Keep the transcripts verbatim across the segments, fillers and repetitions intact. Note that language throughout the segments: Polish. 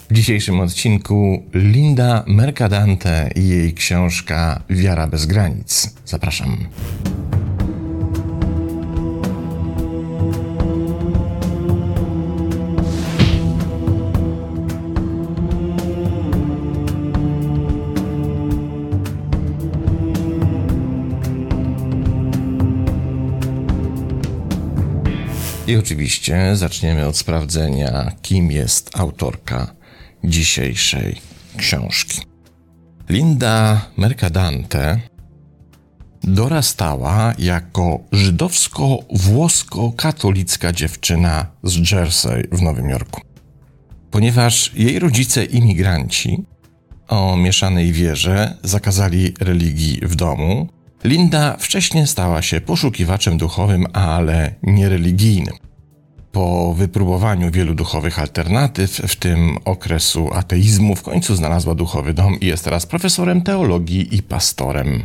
W dzisiejszym odcinku Linda Mercadante i jej książka Wiara bez granic. Zapraszam. I oczywiście zaczniemy od sprawdzenia, kim jest autorka dzisiejszej książki. Linda Mercadante dorastała jako żydowsko-włosko-katolicka dziewczyna z Jersey w Nowym Jorku. Ponieważ jej rodzice imigranci o mieszanej wierze zakazali religii w domu, Linda wcześniej stała się poszukiwaczem duchowym, ale niereligijnym. Po wypróbowaniu wielu duchowych alternatyw, w tym okresu ateizmu, w końcu znalazła duchowy dom i jest teraz profesorem teologii i pastorem.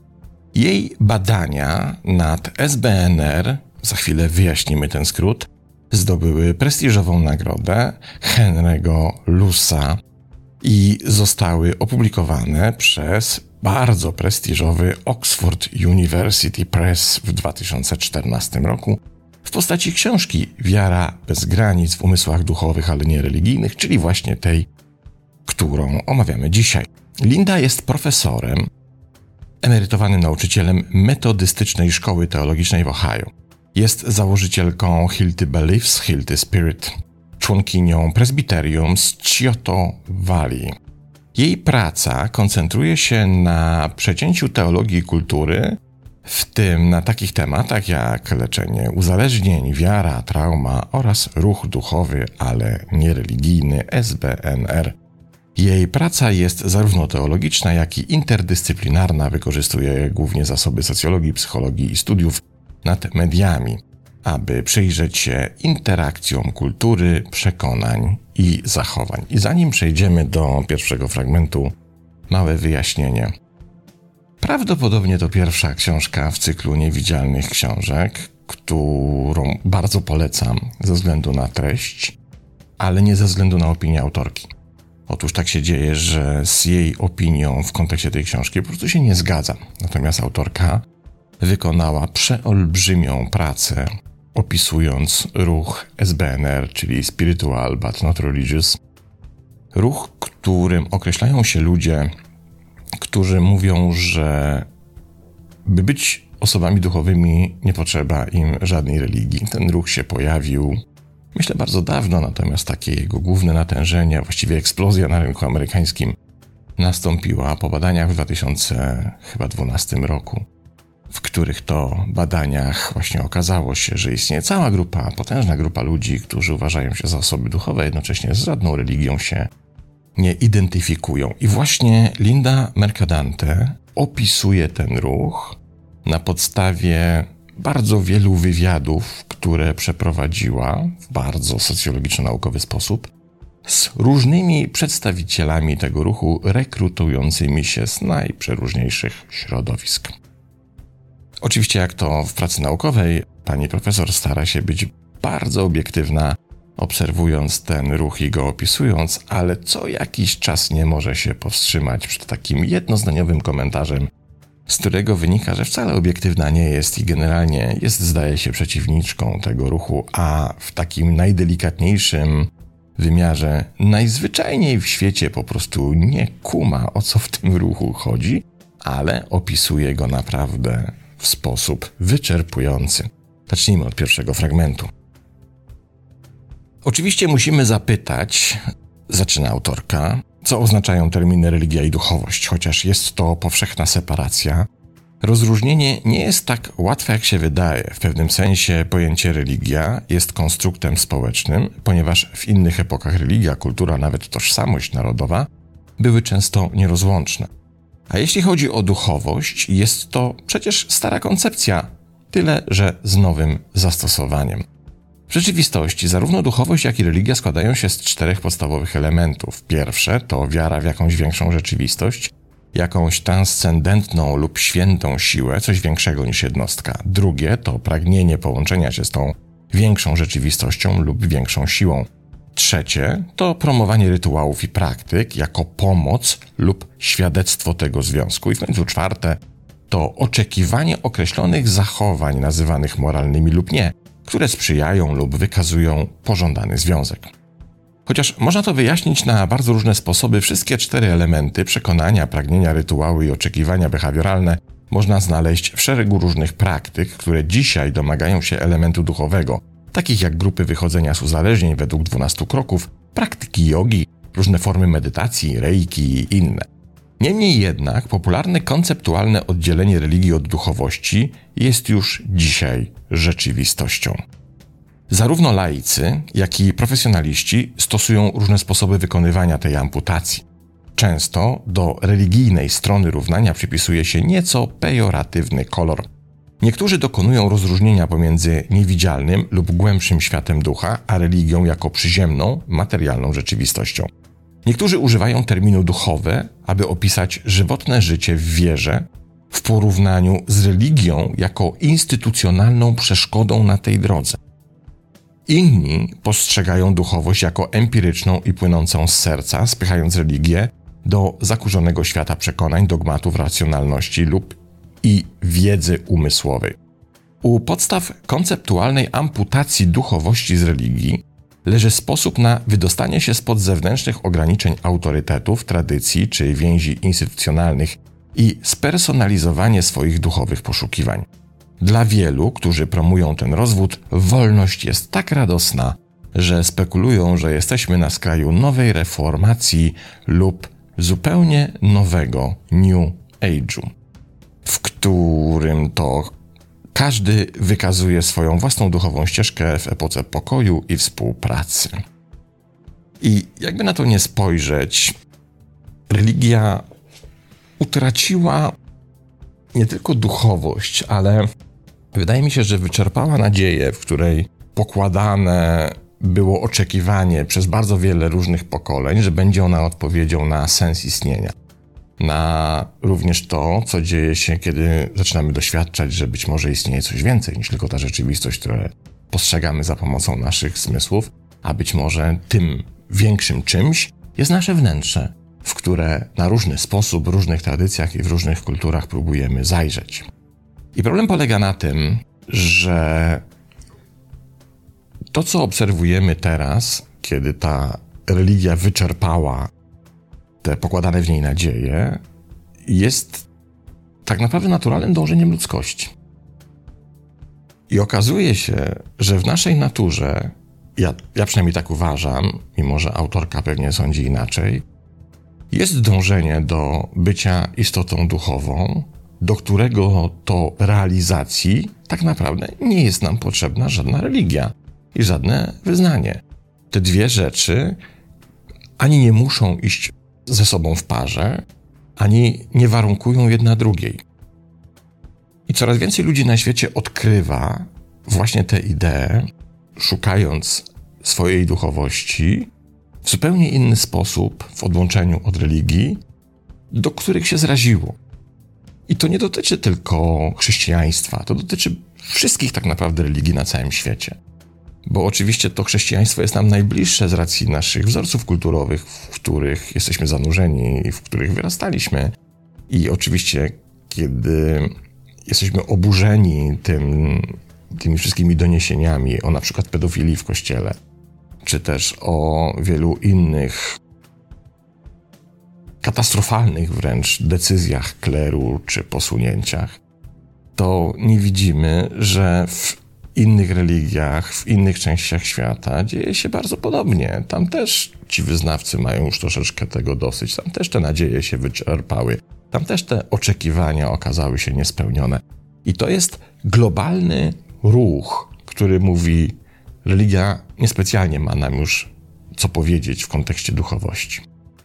Jej badania nad S B N R, za chwilę wyjaśnimy ten skrót, zdobyły prestiżową nagrodę Henry'ego Luce'a i zostały opublikowane przez bardzo prestiżowy Oxford University Press w dwa tysiące czternastym roku w postaci książki Wiara bez granic w umysłach duchowych, ale nie religijnych, czyli właśnie tej, którą omawiamy dzisiaj. Linda jest profesorem, emerytowanym nauczycielem metodystycznej szkoły teologicznej w Ohio. Jest założycielką Hilty Beliefs, Hilty Spirit, członkinią prezbiterium z Scioto Valley. Jej praca koncentruje się na przecięciu teologii i kultury, w tym na takich tematach jak leczenie uzależnień, wiara, trauma oraz ruch duchowy, ale niereligijny S B N R. Jej praca jest zarówno teologiczna, jak i interdyscyplinarna, wykorzystuje głównie zasoby socjologii, psychologii i studiów nad mediami, aby przyjrzeć się interakcjom kultury, przekonań i zachowań. I zanim przejdziemy do pierwszego fragmentu, małe wyjaśnienie. Prawdopodobnie to pierwsza książka w cyklu niewidzialnych książek, którą bardzo polecam ze względu na treść, ale nie ze względu na opinię autorki. Otóż tak się dzieje, że z jej opinią w kontekście tej książki po prostu się nie zgadzam. Natomiast autorka wykonała przeolbrzymią pracę, opisując ruch S B N R, czyli Spiritual but not Religious. Ruch, którym określają się ludzie, którzy mówią, że by być osobami duchowymi nie potrzeba im żadnej religii. Ten ruch się pojawił, myślę, bardzo dawno, natomiast takie jego główne natężenie, właściwie eksplozja na rynku amerykańskim nastąpiła po badaniach w dwa tysiące dwunastym roku, w których to badaniach właśnie okazało się, że istnieje cała grupa, potężna grupa ludzi, którzy uważają się za osoby duchowe, jednocześnie z żadną religią się nie identyfikują. I właśnie Linda Mercadante opisuje ten ruch na podstawie bardzo wielu wywiadów, które przeprowadziła w bardzo socjologiczno-naukowy sposób z różnymi przedstawicielami tego ruchu, rekrutującymi się z najprzeróżniejszych środowisk. Oczywiście, jak to w pracy naukowej, pani profesor stara się być bardzo obiektywna, obserwując ten ruch i go opisując, ale co jakiś czas nie może się powstrzymać przed takim jednozdaniowym komentarzem, z którego wynika, że wcale obiektywna nie jest i generalnie jest, zdaje się, przeciwniczką tego ruchu, a w takim najdelikatniejszym wymiarze najzwyczajniej w świecie po prostu nie kuma, o co w tym ruchu chodzi, ale opisuje go naprawdę w sposób wyczerpujący. Zacznijmy od pierwszego fragmentu. Oczywiście musimy zapytać, zaczyna autorka, co oznaczają terminy religia i duchowość, chociaż jest to powszechna separacja. Rozróżnienie nie jest tak łatwe, jak się wydaje. W pewnym sensie pojęcie religia jest konstruktem społecznym, ponieważ w innych epokach religia, kultura, nawet tożsamość narodowa były często nierozłączne. A jeśli chodzi o duchowość, jest to przecież stara koncepcja, tyle że z nowym zastosowaniem. W rzeczywistości zarówno duchowość, jak i religia składają się z czterech podstawowych elementów. Pierwsze to wiara w jakąś większą rzeczywistość, jakąś transcendentną lub świętą siłę, coś większego niż jednostka. Drugie to pragnienie połączenia się z tą większą rzeczywistością lub większą siłą. Trzecie to promowanie rytuałów i praktyk jako pomoc lub świadectwo tego związku. I w końcu czwarte to oczekiwanie określonych zachowań nazywanych moralnymi lub nie, które sprzyjają lub wykazują pożądany związek. Chociaż można to wyjaśnić na bardzo różne sposoby, wszystkie cztery elementy przekonania, pragnienia, rytuały i oczekiwania behawioralne można znaleźć w szeregu różnych praktyk, które dzisiaj domagają się elementu duchowego, takich jak grupy wychodzenia z uzależnień według dwunastu kroków, praktyki jogi, różne formy medytacji, reiki i inne. Niemniej jednak popularne konceptualne oddzielenie religii od duchowości jest już dzisiaj rzeczywistością. Zarówno laicy, jak i profesjonaliści stosują różne sposoby wykonywania tej amputacji. Często do religijnej strony równania przypisuje się nieco pejoratywny kolor. Niektórzy dokonują rozróżnienia pomiędzy niewidzialnym lub głębszym światem ducha, a religią jako przyziemną, materialną rzeczywistością. Niektórzy używają terminu duchowe, aby opisać żywotne życie w wierze, w porównaniu z religią jako instytucjonalną przeszkodą na tej drodze. Inni postrzegają duchowość jako empiryczną i płynącą z serca, spychając religię do zakurzonego świata przekonań, dogmatów, racjonalności lub i wiedzy umysłowej. U podstaw konceptualnej amputacji duchowości z religii leży sposób na wydostanie się spod zewnętrznych ograniczeń autorytetów, tradycji czy więzi instytucjonalnych i spersonalizowanie swoich duchowych poszukiwań. Dla wielu, którzy promują ten rozwód, wolność jest tak radosna, że spekulują, że jesteśmy na skraju nowej reformacji lub zupełnie nowego New Age'u, w którym to każdy wykazuje swoją własną duchową ścieżkę w epoce pokoju i współpracy. I jakby na to nie spojrzeć, religia utraciła nie tylko duchowość, ale wydaje mi się, że wyczerpała nadzieję, w której pokładane było oczekiwanie przez bardzo wiele różnych pokoleń, że będzie ona odpowiedzią na sens istnienia. Na również to, co dzieje się, kiedy zaczynamy doświadczać, że być może istnieje coś więcej niż tylko ta rzeczywistość, którą postrzegamy za pomocą naszych zmysłów, a być może tym większym czymś jest nasze wnętrze, w które na różny sposób, w różnych tradycjach i w różnych kulturach próbujemy zajrzeć. I problem polega na tym, że to, co obserwujemy teraz, kiedy ta religia wyczerpała te pokładane w niej nadzieje, jest tak naprawdę naturalnym dążeniem ludzkości. I okazuje się, że w naszej naturze, ja, ja przynajmniej tak uważam, mimo że autorka pewnie sądzi inaczej, jest dążenie do bycia istotą duchową, do którego to realizacji tak naprawdę nie jest nam potrzebna żadna religia i żadne wyznanie. Te dwie rzeczy ani nie muszą iść ze sobą w parze, ani nie warunkują jedna drugiej. I coraz więcej ludzi na świecie odkrywa właśnie tę ideę, szukając swojej duchowości w zupełnie inny sposób, w odłączeniu od religii, do których się zraziło. I to nie dotyczy tylko chrześcijaństwa, to dotyczy wszystkich tak naprawdę religii na całym świecie. Bo oczywiście to chrześcijaństwo jest nam najbliższe z racji naszych wzorców kulturowych, w których jesteśmy zanurzeni i w których wyrastaliśmy. I oczywiście, kiedy jesteśmy oburzeni tym, tymi wszystkimi doniesieniami o na przykład pedofilii w kościele, czy też o wielu innych katastrofalnych wręcz decyzjach kleru czy posunięciach, to nie widzimy, że w innych religiach, w innych częściach świata dzieje się bardzo podobnie. Tam też ci wyznawcy mają już troszeczkę tego dosyć. Tam też te nadzieje się wyczerpały. Tam też te oczekiwania okazały się niespełnione. I to jest globalny ruch, który mówi, religia niespecjalnie ma nam już co powiedzieć w kontekście duchowości.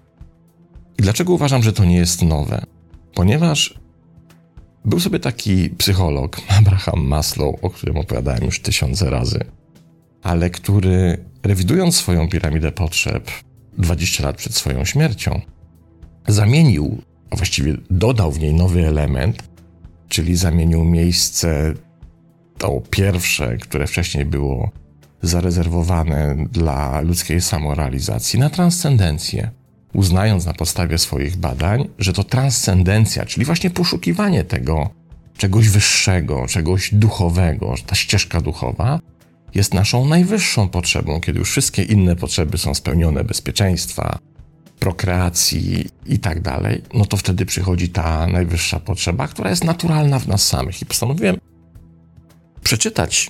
I dlaczego uważam, że to nie jest nowe? Ponieważ był sobie taki psycholog, Abraham Maslow, o którym opowiadałem już tysiące razy, ale który, rewidując swoją piramidę potrzeb dwadzieścia lat przed swoją śmiercią, zamienił, a właściwie dodał w niej nowy element, czyli zamienił miejsce, to pierwsze, które wcześniej było zarezerwowane dla ludzkiej samorealizacji na transcendencję, uznając na podstawie swoich badań, że to transcendencja, czyli właśnie poszukiwanie tego czegoś wyższego, czegoś duchowego, że ta ścieżka duchowa jest naszą najwyższą potrzebą, kiedy już wszystkie inne potrzeby są spełnione, bezpieczeństwa, prokreacji i tak dalej, no to wtedy przychodzi ta najwyższa potrzeba, która jest naturalna w nas samych. I postanowiłem przeczytać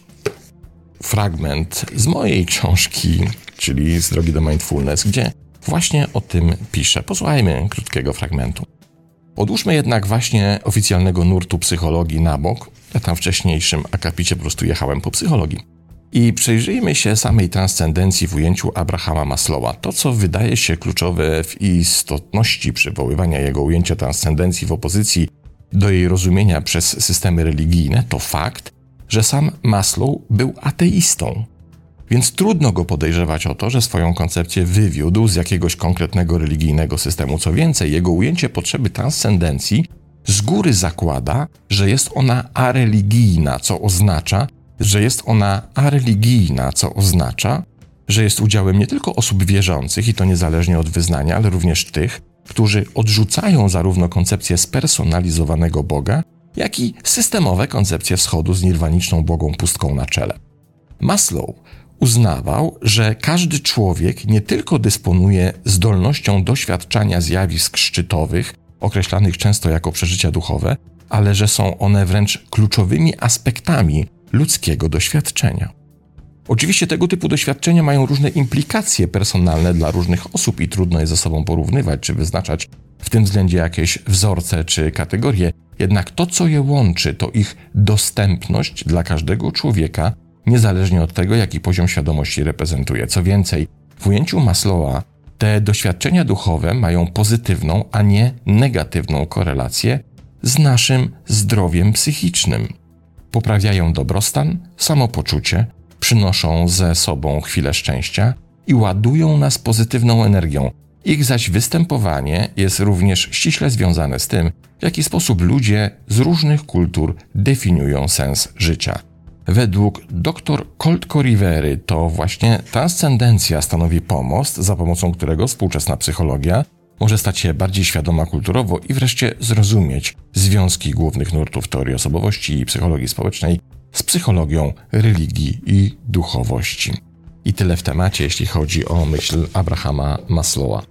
fragment z mojej książki, czyli z Drogi do Mindfulness, gdzie właśnie o tym piszę. Posłuchajmy krótkiego fragmentu. Odłóżmy jednak właśnie oficjalnego nurtu psychologii na bok. Ja tam w wcześniejszym akapicie po prostu jechałem po psychologii. I przyjrzyjmy się samej transcendencji w ujęciu Abrahama Maslowa. To, co wydaje się kluczowe w istotności przywoływania jego ujęcia transcendencji w opozycji do jej rozumienia przez systemy religijne, to fakt, że sam Maslow był ateistą. Więc trudno go podejrzewać o to, że swoją koncepcję wywiódł z jakiegoś konkretnego religijnego systemu. Co więcej, jego ujęcie potrzeby transcendencji z góry zakłada, że jest ona areligijna, co oznacza, że jest ona areligijna, co oznacza, że jest udziałem nie tylko osób wierzących, i to niezależnie od wyznania, ale również tych, którzy odrzucają zarówno koncepcję spersonalizowanego Boga, jak i systemowe koncepcje wschodu z nirwaniczną błogą pustką na czele. Maslow uznawał, że każdy człowiek nie tylko dysponuje zdolnością doświadczania zjawisk szczytowych, określanych często jako przeżycia duchowe, ale że są one wręcz kluczowymi aspektami ludzkiego doświadczenia. Oczywiście tego typu doświadczenia mają różne implikacje personalne dla różnych osób i trudno je ze sobą porównywać czy wyznaczać w tym względzie jakieś wzorce czy kategorie, jednak to, co je łączy, to ich dostępność dla każdego człowieka, niezależnie od tego, jaki poziom świadomości reprezentuje. Co więcej, w ujęciu Maslowa te doświadczenia duchowe mają pozytywną, a nie negatywną korelację z naszym zdrowiem psychicznym. Poprawiają dobrostan, samopoczucie, przynoszą ze sobą chwilę szczęścia i ładują nas pozytywną energią. Ich zaś występowanie jest również ściśle związane z tym, w jaki sposób ludzie z różnych kultur definiują sens życia. Według dr Colt-Corivery to właśnie transcendencja stanowi pomost, za pomocą którego współczesna psychologia może stać się bardziej świadoma kulturowo i wreszcie zrozumieć związki głównych nurtów teorii osobowości i psychologii społecznej z psychologią religii i duchowości. I tyle w temacie, jeśli chodzi o myśl Abrahama Maslowa.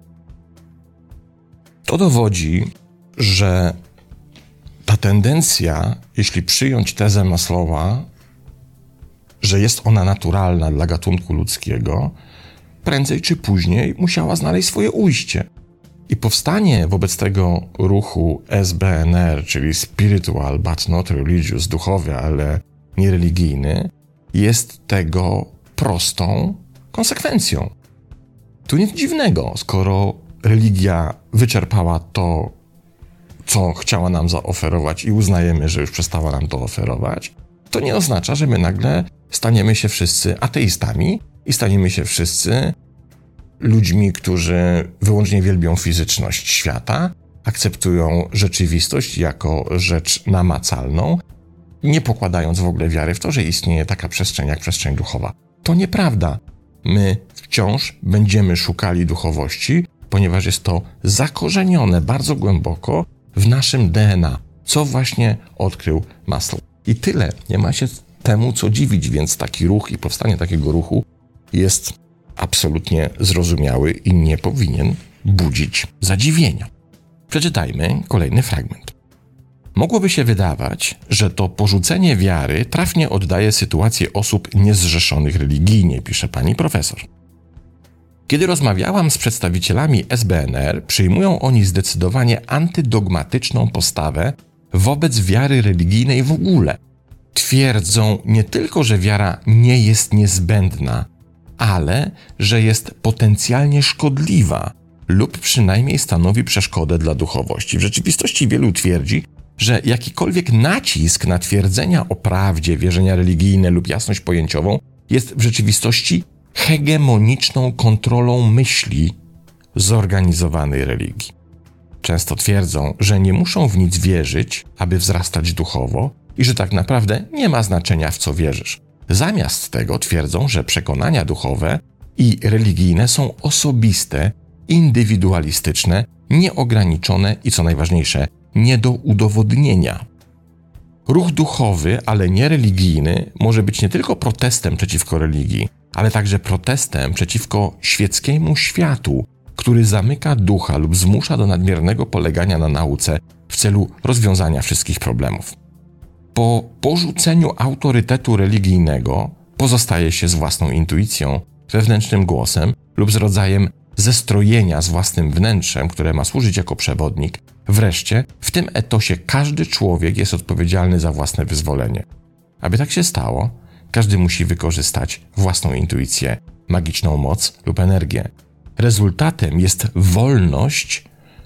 To dowodzi, że ta tendencja, jeśli przyjąć tezę Maslowa, że jest ona naturalna dla gatunku ludzkiego, prędzej czy później musiała znaleźć swoje ujście. I powstanie wobec tego ruchu S B N R, czyli Spiritual but not religious, duchowy, ale niereligijny, jest tego prostą konsekwencją. Tu nic dziwnego, skoro religia wyczerpała to, co chciała nam zaoferować i uznajemy, że już przestała nam to oferować, to nie oznacza, że my nagle staniemy się wszyscy ateistami i staniemy się wszyscy ludźmi, którzy wyłącznie wielbią fizyczność świata, akceptują rzeczywistość jako rzecz namacalną, nie pokładając w ogóle wiary w to, że istnieje taka przestrzeń jak przestrzeń duchowa. To nieprawda. My wciąż będziemy szukali duchowości, ponieważ jest to zakorzenione bardzo głęboko w naszym D N A, co właśnie odkrył Maslow. I tyle. Nie ma się temu co dziwić, więc taki ruch i powstanie takiego ruchu jest absolutnie zrozumiały i nie powinien budzić zadziwienia. Przeczytajmy kolejny fragment. Mogłoby się wydawać, że to porzucenie wiary trafnie oddaje sytuację osób niezrzeszonych religijnie, pisze pani profesor. Kiedy rozmawiałam z przedstawicielami S B N R, przyjmują oni zdecydowanie antydogmatyczną postawę wobec wiary religijnej w ogóle. Twierdzą nie tylko, że wiara nie jest niezbędna, ale że jest potencjalnie szkodliwa lub przynajmniej stanowi przeszkodę dla duchowości. W rzeczywistości wielu twierdzi, że jakikolwiek nacisk na twierdzenia o prawdzie, wierzenia religijne lub jasność pojęciową jest w rzeczywistości hegemoniczną kontrolą myśli zorganizowanej religii. Często twierdzą, że nie muszą w nic wierzyć, aby wzrastać duchowo i że tak naprawdę nie ma znaczenia, w co wierzysz. Zamiast tego twierdzą, że przekonania duchowe i religijne są osobiste, indywidualistyczne, nieograniczone i co najważniejsze, nie do udowodnienia. Ruch duchowy, ale nie religijny, może być nie tylko protestem przeciwko religii, ale także protestem przeciwko świeckiemu światu, który zamyka ducha lub zmusza do nadmiernego polegania na nauce w celu rozwiązania wszystkich problemów. Po porzuceniu autorytetu religijnego pozostaje się z własną intuicją, wewnętrznym głosem lub z rodzajem zestrojenia z własnym wnętrzem, które ma służyć jako przewodnik. Wreszcie, w tym etosie każdy człowiek jest odpowiedzialny za własne wyzwolenie. Aby tak się stało, każdy musi wykorzystać własną intuicję, magiczną moc lub energię. Rezultatem jest wolność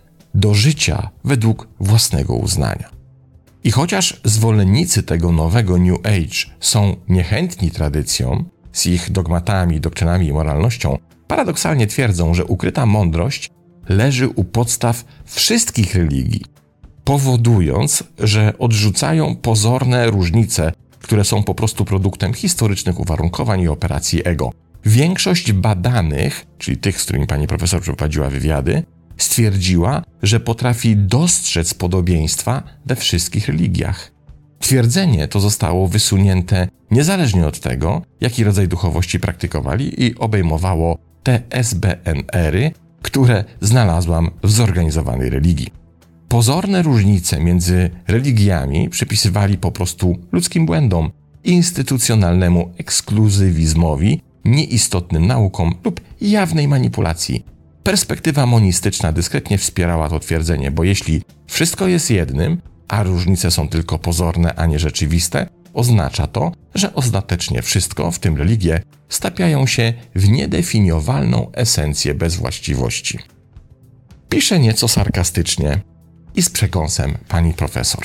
do życia według własnego uznania. I chociaż zwolennicy tego nowego New Age są niechętni tradycjom, z ich dogmatami, doktrynami i moralnością, paradoksalnie twierdzą, że ukryta mądrość leży u podstaw wszystkich religii, powodując, że odrzucają pozorne różnice, które są po prostu produktem historycznych uwarunkowań i operacji ego. Większość badanych, czyli tych, z którymi pani profesor przeprowadziła wywiady, stwierdziła, że potrafi dostrzec podobieństwa we wszystkich religiach. Twierdzenie to zostało wysunięte niezależnie od tego, jaki rodzaj duchowości praktykowali i obejmowało te S B N R-y, które znalazłam w zorganizowanej religii. Pozorne różnice między religiami przypisywali po prostu ludzkim błędom, instytucjonalnemu ekskluzywizmowi, nieistotnym naukom lub jawnej manipulacji. Perspektywa monistyczna dyskretnie wspierała to twierdzenie, bo jeśli wszystko jest jednym, a różnice są tylko pozorne, a nie rzeczywiste, oznacza to, że ostatecznie wszystko, w tym religie, stapiają się w niedefiniowalną esencję bez właściwości. Pisze nieco sarkastycznie i z przekąsem pani profesor.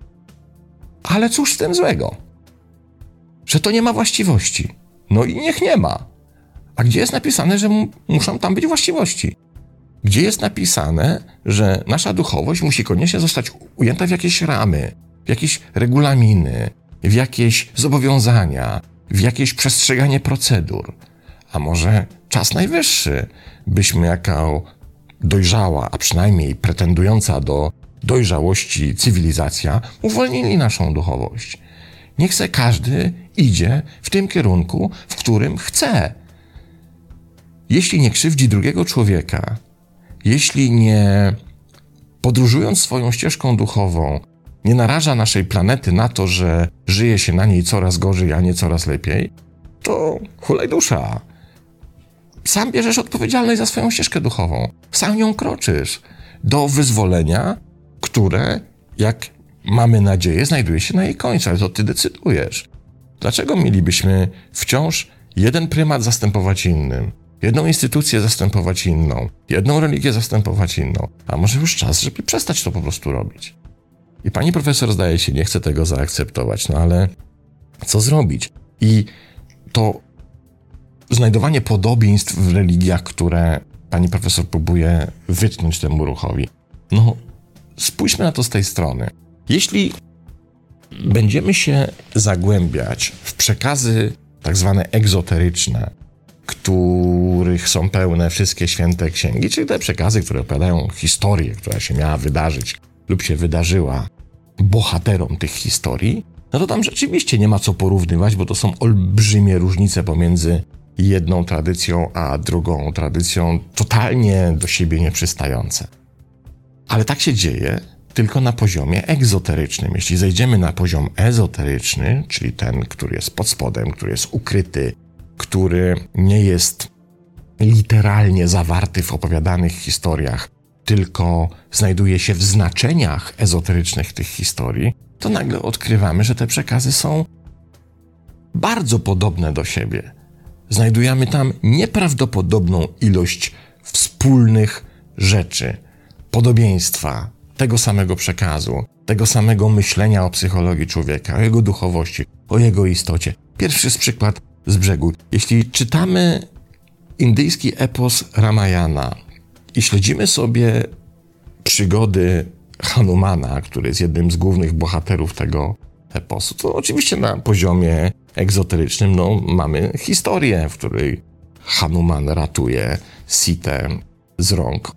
Ale cóż z tym złego? Że to nie ma właściwości. No i niech nie ma. A gdzie jest napisane, że m- muszą tam być właściwości? Gdzie jest napisane, że nasza duchowość musi koniecznie zostać ujęta w jakieś ramy, w jakieś regulaminy, w jakieś zobowiązania, w jakieś przestrzeganie procedur? A może czas najwyższy, byśmy jako dojrzała, a przynajmniej pretendująca do dojrzałości cywilizacja, uwolnili naszą duchowość. Niech se każdy idzie w tym kierunku, w którym chce. Jeśli nie krzywdzi drugiego człowieka, jeśli nie podróżując swoją ścieżką duchową, nie naraża naszej planety na to, że żyje się na niej coraz gorzej, a nie coraz lepiej, to hulaj dusza. Sam bierzesz odpowiedzialność za swoją ścieżkę duchową. Sam ją kroczysz do wyzwolenia, które, jak mamy nadzieję, znajduje się na jej końcu, ale to ty decydujesz. Dlaczego mielibyśmy wciąż jeden prymat zastępować innym, jedną instytucję zastępować inną, jedną religię zastępować inną? A może już czas, żeby przestać to po prostu robić? I pani profesor, zdaje się, nie chce tego zaakceptować, no ale co zrobić? I to znajdowanie podobieństw w religiach, które pani profesor próbuje wytknąć temu ruchowi. No, spójrzmy na to z tej strony. Jeśli będziemy się zagłębiać w przekazy tak zwane egzoteryczne, których są pełne wszystkie święte księgi, czyli te przekazy, które opowiadają historię, która się miała wydarzyć lub się wydarzyła bohaterom tych historii, no to tam rzeczywiście nie ma co porównywać, bo to są olbrzymie różnice pomiędzy jedną tradycją a drugą tradycją, totalnie do siebie nieprzystające. Ale tak się dzieje tylko na poziomie egzoterycznym. Jeśli zejdziemy na poziom ezoteryczny, czyli ten, który jest pod spodem, który jest ukryty, który nie jest literalnie zawarty w opowiadanych historiach, tylko znajduje się w znaczeniach ezoterycznych tych historii, to nagle odkrywamy, że te przekazy są bardzo podobne do siebie. Znajdujemy tam nieprawdopodobną ilość wspólnych rzeczy, podobieństwa, tego samego przekazu, tego samego myślenia o psychologii człowieka, o jego duchowości, o jego istocie. Pierwszy z przykład z brzegu. Jeśli czytamy indyjski epos Ramayana i śledzimy sobie przygody Hanumana, który jest jednym z głównych bohaterów tego eposu, to oczywiście na poziomie egzoterycznym, no mamy historię, w której Hanuman ratuje Sitę z rąk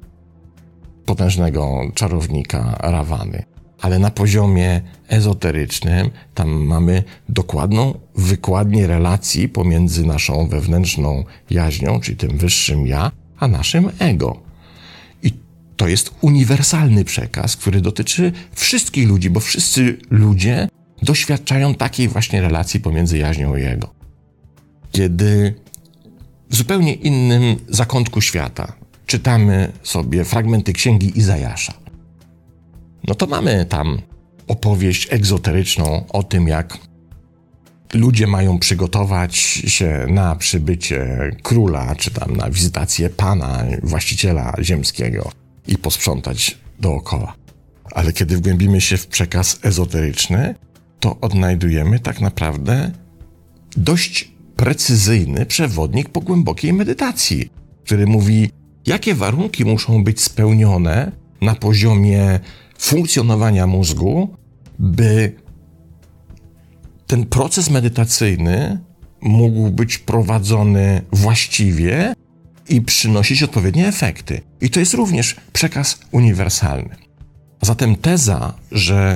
potężnego czarownika Rawany. Ale na poziomie ezoterycznym tam mamy dokładną wykładnię relacji pomiędzy naszą wewnętrzną jaźnią, czyli tym wyższym ja, a naszym ego. I to jest uniwersalny przekaz, który dotyczy wszystkich ludzi, bo wszyscy ludzie doświadczają takiej właśnie relacji pomiędzy jaźnią i ego. Kiedy w zupełnie innym zakątku świata czytamy sobie fragmenty księgi Izajasza, no to mamy tam opowieść egzoteryczną o tym, jak ludzie mają przygotować się na przybycie króla, czy tam na wizytację pana, właściciela ziemskiego i posprzątać dookoła. Ale kiedy wgłębimy się w przekaz ezoteryczny, to odnajdujemy tak naprawdę dość precyzyjny przewodnik po głębokiej medytacji, który mówi, jakie warunki muszą być spełnione na poziomie funkcjonowania mózgu, by ten proces medytacyjny mógł być prowadzony właściwie i przynosić odpowiednie efekty. I to jest również przekaz uniwersalny. Zatem teza, że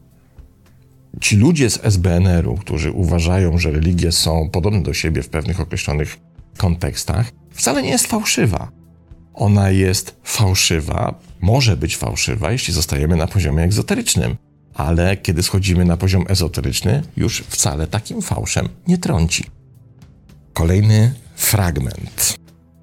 ci ludzie z S B N R u, którzy uważają, że religie są podobne do siebie w pewnych określonych kontekstach, wcale nie jest fałszywa. Ona jest fałszywa, może być fałszywa, jeśli zostajemy na poziomie egzoterycznym, ale kiedy schodzimy na poziom ezoteryczny, już wcale takim fałszem nie trąci. Kolejny fragment.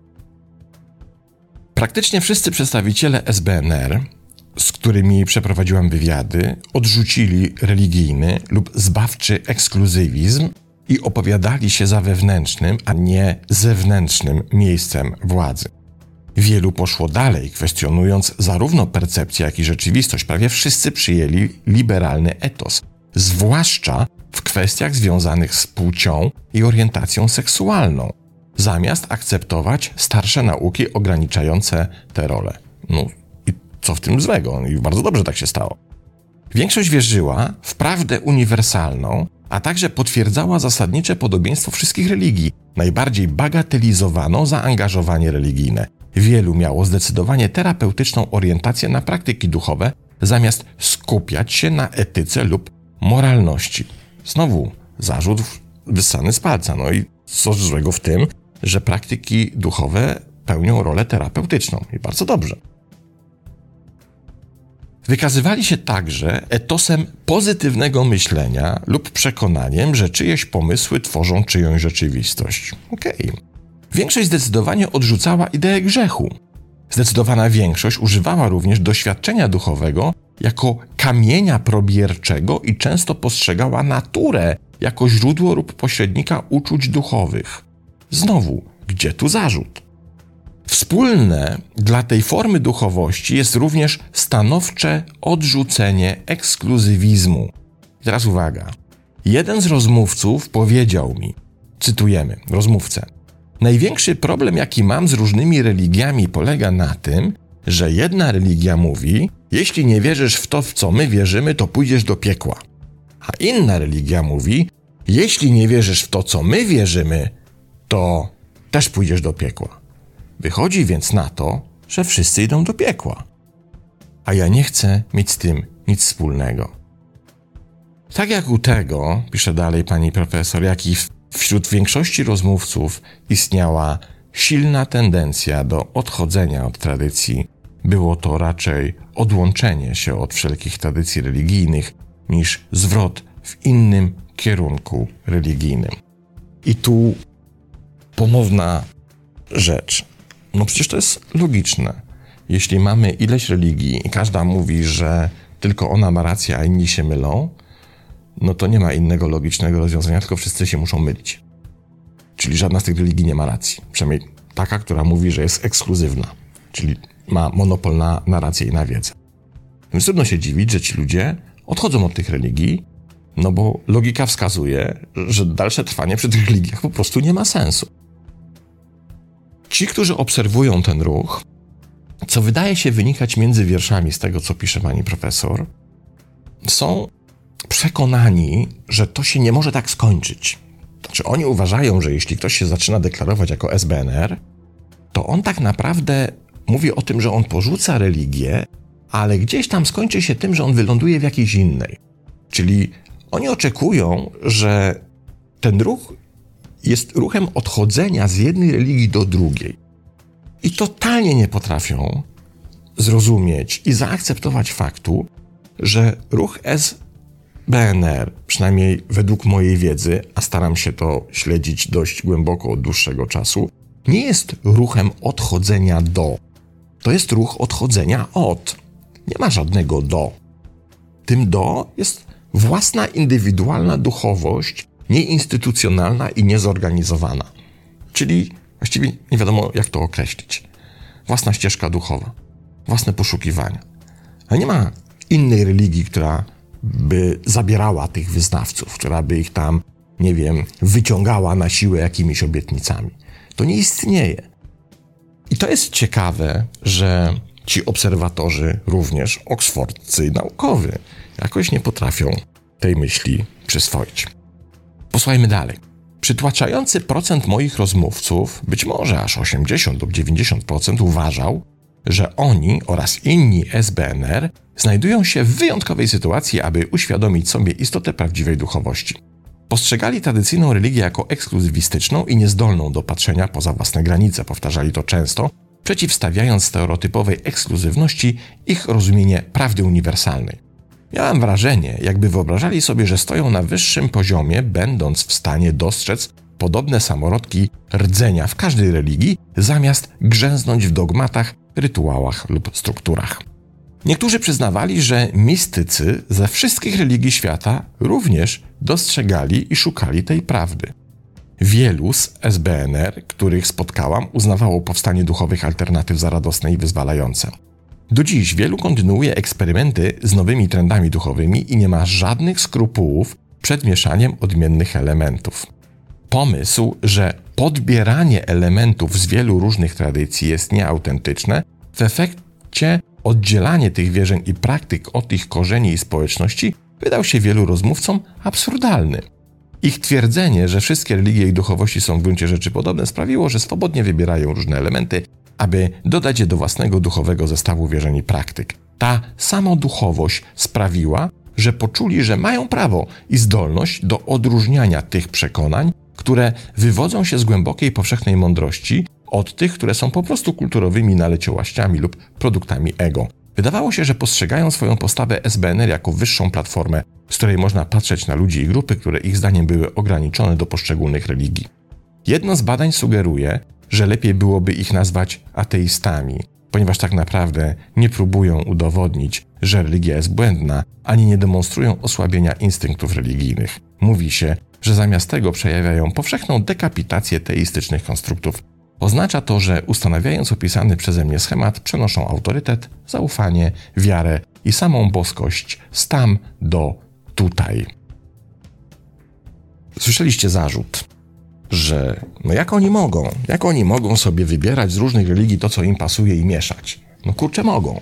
Praktycznie wszyscy przedstawiciele S B N R, z którymi przeprowadziłam wywiady, odrzucili religijny lub zbawczy ekskluzywizm i opowiadali się za wewnętrznym, a nie zewnętrznym miejscem władzy. Wielu poszło dalej, kwestionując zarówno percepcję, jak i rzeczywistość. Prawie wszyscy przyjęli liberalny etos, zwłaszcza w kwestiach związanych z płcią i orientacją seksualną, zamiast akceptować starsze nauki ograniczające te role. No i co w tym złego? I bardzo dobrze tak się stało. Większość wierzyła w prawdę uniwersalną, a także potwierdzała zasadnicze podobieństwo wszystkich religii. Najbardziej bagatelizowano zaangażowanie religijne. Wielu miało zdecydowanie terapeutyczną orientację na praktyki duchowe, zamiast skupiać się na etyce lub moralności. Znowu zarzut wyssany z palca. No i co złego w tym, że praktyki duchowe pełnią rolę terapeutyczną. I bardzo dobrze. Wykazywali się także etosem pozytywnego myślenia lub przekonaniem, że czyjeś pomysły tworzą czyjąś rzeczywistość. Okej. Okay. Większość zdecydowanie odrzucała ideę grzechu. Zdecydowana większość używała również doświadczenia duchowego jako kamienia probierczego i często postrzegała naturę jako źródło lub pośrednika uczuć duchowych. Znowu, gdzie tu zarzut? Wspólne dla tej formy duchowości jest również stanowcze odrzucenie ekskluzywizmu. I teraz uwaga. Jeden z rozmówców powiedział mi, cytujemy rozmówcę, największy problem, jaki mam z różnymi religiami, polega na tym, że jedna religia mówi, jeśli nie wierzysz w to, w co my wierzymy, to pójdziesz do piekła. A inna religia mówi, jeśli nie wierzysz w to, co my wierzymy, to też pójdziesz do piekła. Wychodzi więc na to, że wszyscy idą do piekła. A ja nie chcę mieć z tym nic wspólnego. Tak jak u tego, pisze dalej pani profesor, jak i wśród większości rozmówców istniała silna tendencja do odchodzenia od tradycji, było to raczej odłączenie się od wszelkich tradycji religijnych niż zwrot w innym kierunku religijnym. I tu ponowna rzecz. No przecież to jest logiczne. Jeśli mamy ileś religii i każda mówi, że tylko ona ma rację, a inni się mylą, no to nie ma innego logicznego rozwiązania, tylko wszyscy się muszą mylić. Czyli żadna z tych religii nie ma racji. Przynajmniej taka, która mówi, że jest ekskluzywna. Czyli ma monopol na, na rację i na wiedzę. Więc trudno się dziwić, że ci ludzie odchodzą od tych religii, no bo logika wskazuje, że dalsze trwanie przy tych religiach po prostu nie ma sensu. Ci, którzy obserwują ten ruch, co wydaje się wynikać między wierszami z tego, co pisze pani profesor, są przekonani, że to się nie może tak skończyć. Znaczy oni uważają, że jeśli ktoś się zaczyna deklarować jako S B N R, to on tak naprawdę mówi o tym, że on porzuca religię, ale gdzieś tam skończy się tym, że on wyląduje w jakiejś innej. Czyli oni oczekują, że ten ruch jest ruchem odchodzenia z jednej religii do drugiej. I totalnie nie potrafią zrozumieć i zaakceptować faktu, że ruch S B N R, przynajmniej według mojej wiedzy, a staram się to śledzić dość głęboko od dłuższego czasu, nie jest ruchem odchodzenia do. To jest ruch odchodzenia od. Nie ma żadnego do. Tym do jest własna indywidualna duchowość, nieinstytucjonalna i niezorganizowana. Czyli właściwie nie wiadomo, jak to określić. Własna ścieżka duchowa, własne poszukiwania. Ale nie ma innej religii, która by zabierała tych wyznawców, która by ich tam, nie wiem, wyciągała na siłę jakimiś obietnicami. To nie istnieje. I to jest ciekawe, że ci obserwatorzy, również oksfordzcy naukowy, jakoś nie potrafią tej myśli przyswoić. Posłuchajmy dalej. Przytłaczający procent moich rozmówców, być może aż osiemdziesiąt lub dziewięćdziesiąt procent, uważał, że oni oraz inni S B N R znajdują się w wyjątkowej sytuacji, aby uświadomić sobie istotę prawdziwej duchowości. Postrzegali tradycyjną religię jako ekskluzywistyczną i niezdolną do patrzenia poza własne granice. Powtarzali to często, przeciwstawiając stereotypowej ekskluzywności ich rozumienie prawdy uniwersalnej. Miałem wrażenie, jakby wyobrażali sobie, że stoją na wyższym poziomie, będąc w stanie dostrzec podobne samorodki rdzenia w każdej religii, zamiast grzęznąć w dogmatach, rytuałach lub strukturach. Niektórzy przyznawali, że mistycy ze wszystkich religii świata również dostrzegali i szukali tej prawdy. Wielu z S B N R, których spotkałam, uznawało powstanie duchowych alternatyw za radosne i wyzwalające. Do dziś wielu kontynuuje eksperymenty z nowymi trendami duchowymi i nie ma żadnych skrupułów przed mieszaniem odmiennych elementów. Pomysł, że podbieranie elementów z wielu różnych tradycji jest nieautentyczne, w efekcie oddzielanie tych wierzeń i praktyk od ich korzeni i społeczności wydał się wielu rozmówcom absurdalny. Ich twierdzenie, że wszystkie religie i duchowości są w gruncie rzeczy podobne, sprawiło, że swobodnie wybierają różne elementy, aby dodać je do własnego duchowego zestawu wierzeń i praktyk. Ta samoduchowość sprawiła, że poczuli, że mają prawo i zdolność do odróżniania tych przekonań, które wywodzą się z głębokiej powszechnej mądrości, od tych, które są po prostu kulturowymi naleciołaściami lub produktami ego. Wydawało się, że postrzegają swoją postawę S B N R jako wyższą platformę, z której można patrzeć na ludzi i grupy, które ich zdaniem były ograniczone do poszczególnych religii. Jedno z badań sugeruje, że lepiej byłoby ich nazwać ateistami, ponieważ tak naprawdę nie próbują udowodnić, że religia jest błędna, ani nie demonstrują osłabienia instynktów religijnych. Mówi się, że zamiast tego przejawiają powszechną dekapitację teistycznych konstruktów. Oznacza to, że ustanawiając opisany przeze mnie schemat, przenoszą autorytet, zaufanie, wiarę i samą boskość z tam do tutaj. Słyszeliście zarzut, że no jak oni mogą? Jak oni mogą sobie wybierać z różnych religii to, co im pasuje i mieszać? No kurczę, mogą.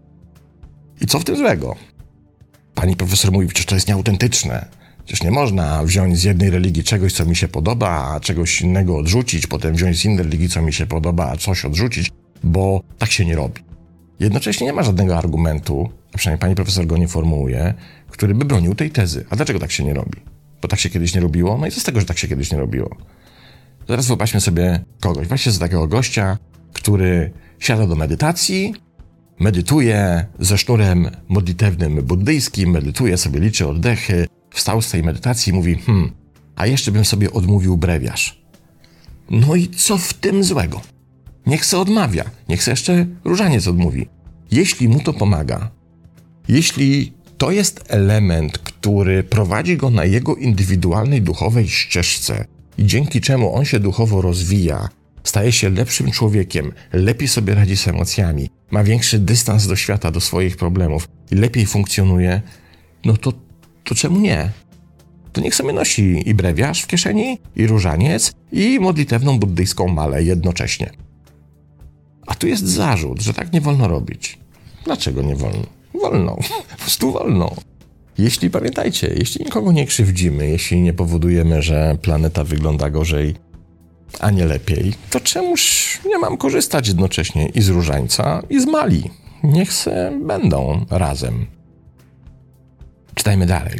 I co w tym złego? Pani profesor mówi, przecież to jest nieautentyczne. Przecież nie można wziąć z jednej religii czegoś, co mi się podoba, a czegoś innego odrzucić, potem wziąć z innej religii, co mi się podoba, a coś odrzucić, bo tak się nie robi. Jednocześnie nie ma żadnego argumentu, a przynajmniej pani profesor go nie formułuje, który by bronił tej tezy. A dlaczego tak się nie robi? Bo tak się kiedyś nie robiło? No i co z tego, że tak się kiedyś nie robiło? Zaraz wyobraźmy sobie kogoś, właśnie z takiego gościa, który siada do medytacji, medytuje ze sznurem modlitewnym buddyjskim, medytuje sobie, liczy oddechy, wstał z tej medytacji i mówi, hmm, a jeszcze bym sobie odmówił brewiarz. No i co w tym złego? Niech se odmawia, niech se jeszcze różaniec odmówi. Jeśli mu to pomaga, jeśli to jest element, który prowadzi go na jego indywidualnej duchowej ścieżce i dzięki czemu on się duchowo rozwija, staje się lepszym człowiekiem, lepiej sobie radzi z emocjami, ma większy dystans do świata, do swoich problemów i lepiej funkcjonuje, no to, to czemu nie? To niech sobie nosi i brewiarz w kieszeni, i różaniec, i modlitewną buddyjską malę jednocześnie. A tu jest zarzut, że tak nie wolno robić. Dlaczego nie wolno? Wolno, po prostu wolno. Jeśli, pamiętajcie, jeśli nikogo nie krzywdzimy, jeśli nie powodujemy, że planeta wygląda gorzej, a nie lepiej, to czemuż nie mam korzystać jednocześnie i z różańca, i z Mali? Niech se będą razem. Czytajmy dalej.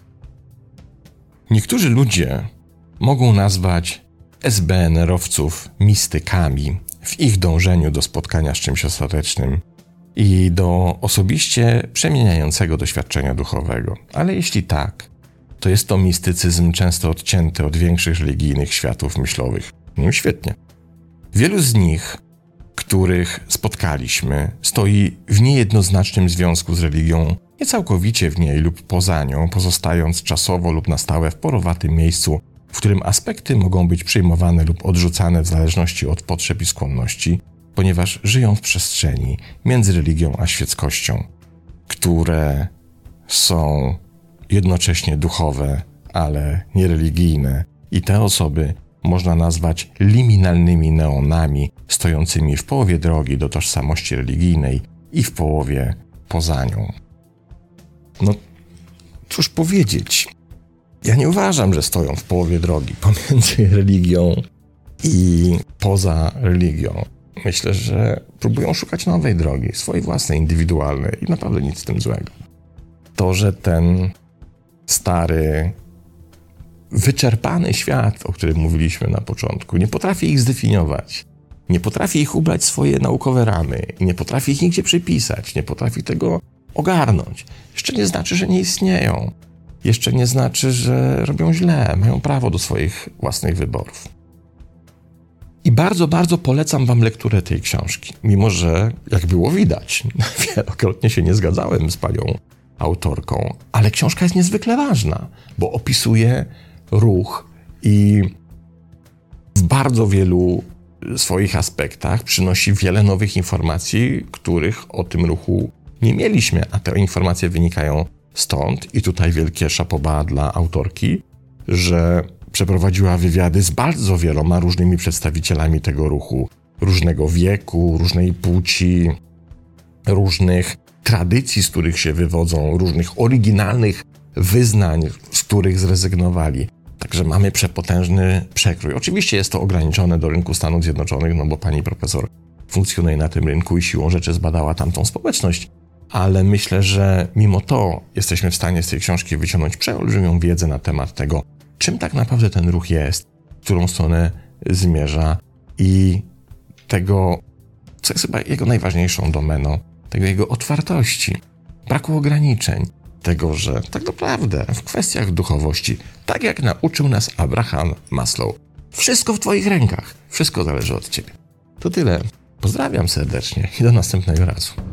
Niektórzy ludzie mogą nazwać es be en erowców mistykami w ich dążeniu do spotkania z czymś ostatecznym i do osobiście przemieniającego doświadczenia duchowego. Ale jeśli tak, to jest to mistycyzm często odcięty od większych religijnych światów myślowych. No świetnie. Wielu z nich, których spotkaliśmy, stoi w niejednoznacznym związku z religią, nie całkowicie w niej lub poza nią, pozostając czasowo lub na stałe w porowatym miejscu, w którym aspekty mogą być przyjmowane lub odrzucane w zależności od potrzeb i skłonności, ponieważ żyją w przestrzeni między religią a świeckością, które są jednocześnie duchowe, ale niereligijne i te osoby można nazwać liminalnymi neonami stojącymi w połowie drogi do tożsamości religijnej i w połowie poza nią. No, cóż powiedzieć? Ja nie uważam, że stoją w połowie drogi pomiędzy religią i poza religią. Myślę, że próbują szukać nowej drogi, swojej własnej, indywidualnej i naprawdę nic z tym złego. To, że ten stary, wyczerpany świat, o którym mówiliśmy na początku, nie potrafi ich zdefiniować, nie potrafi ich ubrać w swoje naukowe ramy i nie potrafi ich nigdzie przypisać, nie potrafi tego ogarnąć, jeszcze nie znaczy, że nie istnieją. Jeszcze nie znaczy, że robią źle, mają prawo do swoich własnych wyborów. I bardzo, bardzo polecam wam lekturę tej książki, mimo że, jak było widać, wielokrotnie się nie zgadzałem z panią autorką, ale książka jest niezwykle ważna, bo opisuje ruch i w bardzo wielu swoich aspektach przynosi wiele nowych informacji, których o tym ruchu nie mieliśmy, a te informacje wynikają stąd, i tutaj wielkie szapoba dla autorki, że przeprowadziła wywiady z bardzo wieloma różnymi przedstawicielami tego ruchu, różnego wieku, różnej płci, różnych tradycji, z których się wywodzą, różnych oryginalnych wyznań, z których zrezygnowali. Także mamy przepotężny przekrój. Oczywiście jest to ograniczone do rynku Stanów Zjednoczonych, no bo pani profesor funkcjonuje na tym rynku i siłą rzeczy zbadała tamtą społeczność. Ale myślę, że mimo to jesteśmy w stanie z tej książki wyciągnąć przeolbrzymią wiedzę na temat tego, czym tak naprawdę ten ruch jest, w którą stronę zmierza i tego, co jest chyba jego najważniejszą domeną, tego jego otwartości, braku ograniczeń, tego, że tak naprawdę w kwestiach duchowości, tak jak nauczył nas Abraham Maslow, wszystko w twoich rękach, wszystko zależy od ciebie. To tyle. Pozdrawiam serdecznie i do następnego razu.